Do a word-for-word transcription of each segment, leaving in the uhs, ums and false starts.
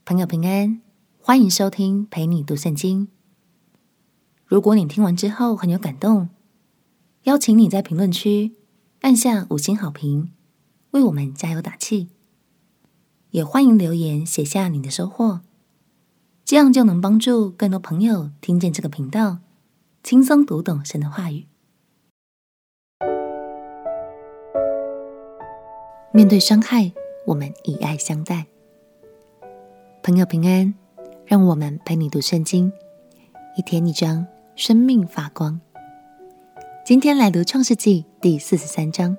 朋友平安，欢迎收听陪你读圣经。如果你听完之后很有感动，邀请你在评论区按下五星好评，为我们加油打气。也欢迎留言写下你的收获，这样就能帮助更多朋友听见这个频道，轻松读懂神的话语。面对伤害，我们以爱相待。朋友平安，让我们陪你读圣经，一天一章，生命发光。今天来读创世纪第四十三章。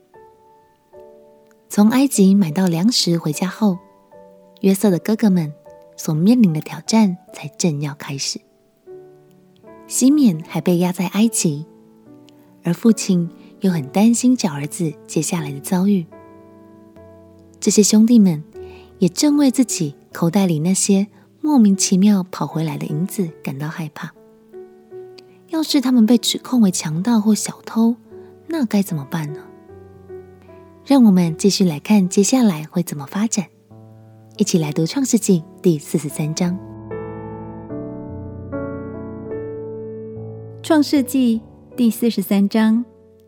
从埃及买到粮食回家后，约瑟的哥哥们所面临的挑战才正要开始。西缅还被压在埃及，而父亲又很担心小儿子接下来的遭遇。这些兄弟们也正为自己口袋里那些莫名其妙跑回来的银子感到害怕。要是他们被指控为强盗或小偷，那该怎么办呢？让我们继续来看接下来会怎么发展。一起来读创世纪第四十三章。 创世纪第四十三章。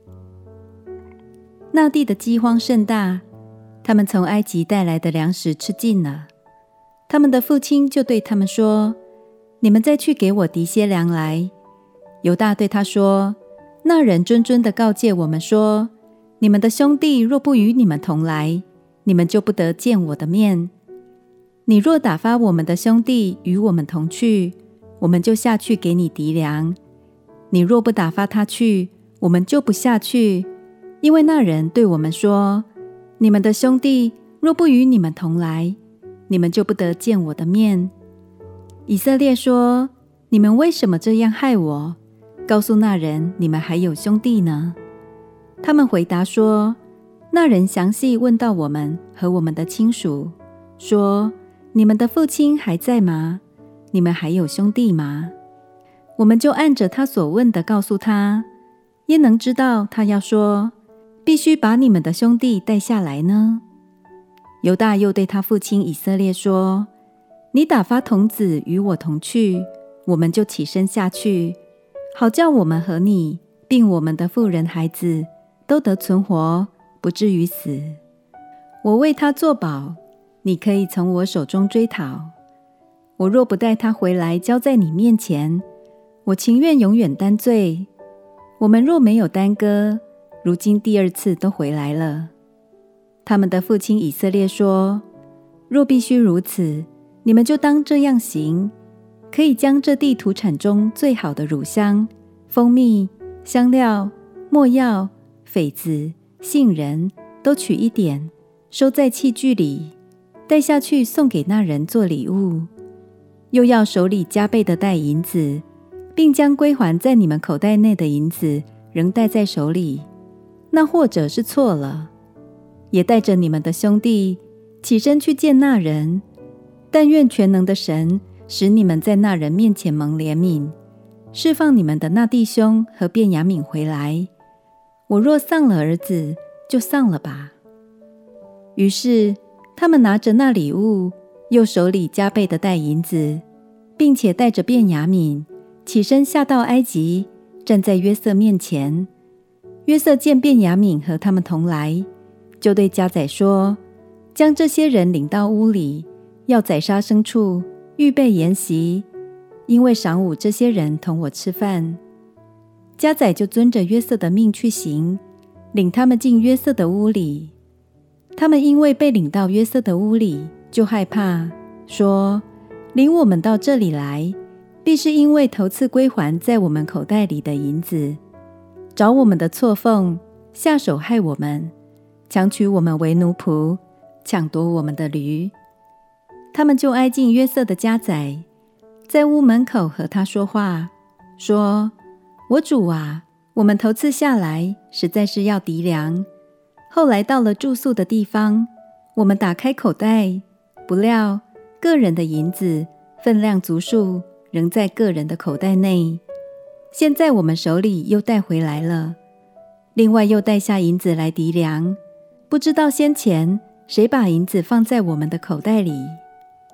那地的饥荒甚大，他们从埃及带来的粮食吃尽了。他们的父亲就对他们说：你们再去给我提些粮来。犹大对他说：那人谆谆地告诫我们说，你们的兄弟若不与你们同来，你们就不得见我的面。你若打发我们的兄弟与我们同去，我们就下去给你提粮。你若不打发他去，我们就不下去，因为那人对我们说，你们的兄弟若不与你们同来，你们就不得见我的面。以色列说：你们为什么这样害我？告诉那人，你们还有兄弟呢？他们回答说：那人详细问到我们和我们的亲属，说：你们的父亲还在吗？你们还有兄弟吗？我们就按着他所问的告诉他，焉能知道他要说必须把你们的兄弟带下来呢？犹大又对他父亲以色列说：你打发童子与我同去，我们就起身下去，好叫我们和你并我们的妇人孩子都得存活，不至于死。我为他作保，你可以从我手中追讨。我若不带他回来交在你面前，我情愿永远担罪。我们若没有耽搁，如今第二次都回来了。他们的父亲以色列说：若必须如此，你们就当这样行，可以将这地土产中最好的乳香、蜂蜜、香料、没药、榧子、杏仁都取一点，收在器具里，带下去送给那人做礼物。又要手里加倍的带银子，并将归还在你们口袋内的银子仍带在手里，那或者是错了。也带着你们的兄弟起身去见那人，但愿全能的神使你们在那人面前蒙怜悯，释放你们的那弟兄和便雅悯回来。我若丧了儿子，就丧了吧。于是他们拿着那礼物，又手里加倍的带银子，并且带着便雅悯，起身下到埃及，站在约瑟面前。约瑟见便雅悯和他们同来，就对家宰说：将这些人领到屋里，要宰杀牲畜，预备筵席，因为晌午这些人同我吃饭。家宰就遵着约瑟的命去行，领他们进约瑟的屋里。他们因为被领到约瑟的屋里，就害怕，说：领我们到这里来，必是因为头次归还在我们口袋里的银子，找我们的错缝，下手害我们，强取我们为奴仆，抢夺我们的驴。他们就挨近约瑟的家宰，在屋门口和他说话，说：我主啊，我们头次下来实在是要籴粮，后来到了住宿的地方，我们打开口袋，不料个人的银子分量足数，仍在个人的口袋内。现在我们手里又带回来了，另外又带下银子来籴粮，不知道先前谁把银子放在我们的口袋里。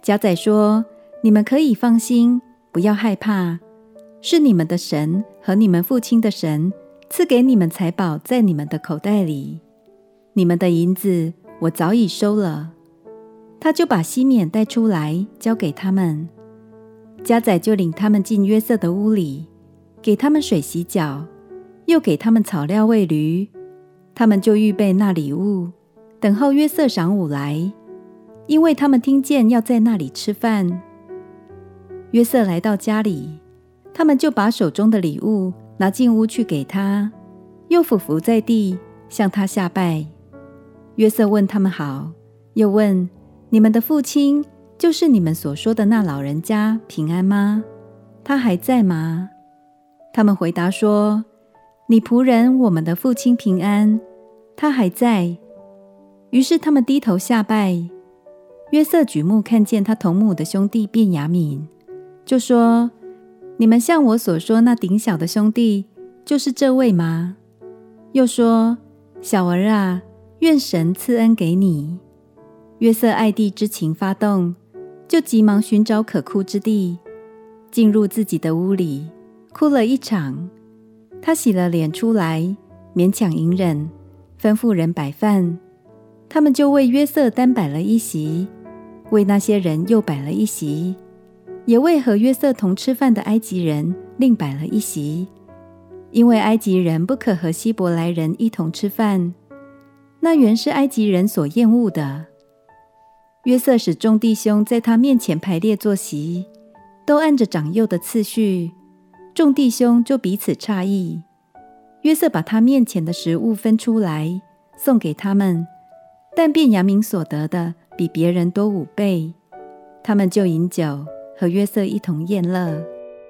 家宰说：你们可以放心，不要害怕，是你们的神和你们父亲的神赐给你们财宝在你们的口袋里，你们的银子我早已收了。他就把西缅带出来交给他们，家宰就领他们进约瑟的屋里，给他们水洗脚，又给他们草料喂驴，他们就预备那礼物，等候约瑟晌午来，因为他们听见要在那里吃饭。约瑟来到家里，他们就把手中的礼物拿进屋去给他，又俯伏在地向他下拜。约瑟问他们好，又问：你们的父亲，就是你们所说的那老人家平安吗？他还在吗？他们回答说：你仆人我们的父亲平安，他还在。于是他们低头下拜。约瑟举目看见他同母的兄弟便雅悯，就说：你们像我所说那顶小的兄弟，就是这位吗？又说：小儿啊，愿神赐恩给你。约瑟爱弟之情发动，就急忙寻找可哭之地，进入自己的屋里，哭了一场。他洗了脸出来，勉强隐忍，吩咐人摆饭。他们就为约瑟单摆了一席，为那些人又摆了一席，也为和约瑟同吃饭的埃及人另摆了一席，因为埃及人不可和希伯来人一同吃饭，那原是埃及人所厌恶的。约瑟使众弟兄在他面前排列坐席，都按着长幼的次序，众弟兄就彼此诧异。约瑟把他面前的食物分出来，送给他们，但便雅悯所得的比别人多五倍。他们就饮酒，和约瑟一同宴乐。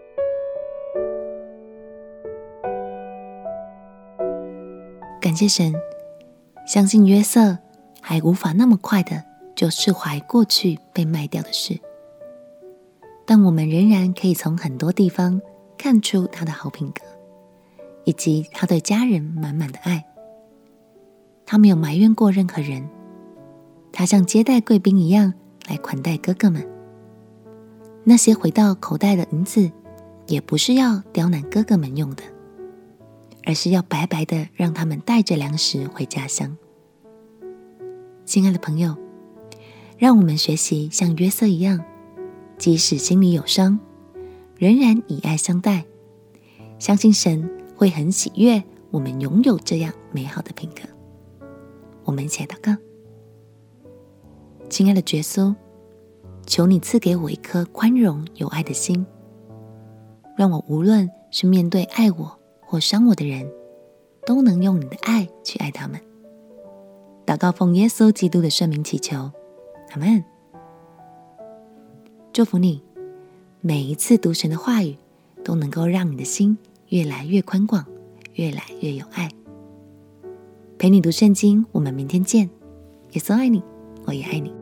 感谢神，相信约瑟还无法那么快的就释怀过去被卖掉的事，但我们仍然可以从很多地方看出他的好品格，以及他对家人满满的爱。他没有埋怨过任何人，他像接待贵宾一样来款待哥哥们。那些回到口袋的银子，也不是要刁难哥哥们用的，而是要白白的让他们带着粮食回家乡。亲爱的朋友，让我们学习像约瑟一样，即使心里有伤，仍然以爱相待，相信神会很喜悦我们拥有这样美好的品格。我们一起来祷告。亲爱的耶稣，求你赐给我一颗宽容有爱的心，让我无论是面对爱我或伤我的人，都能用你的爱去爱他们。祷告奉耶稣基督的圣名祈求，阿们。祝福你，每一次读神的话语都能够让你的心越来越宽广，越来越有爱。陪你读圣经，我们明天见。耶稣爱你，我也爱你。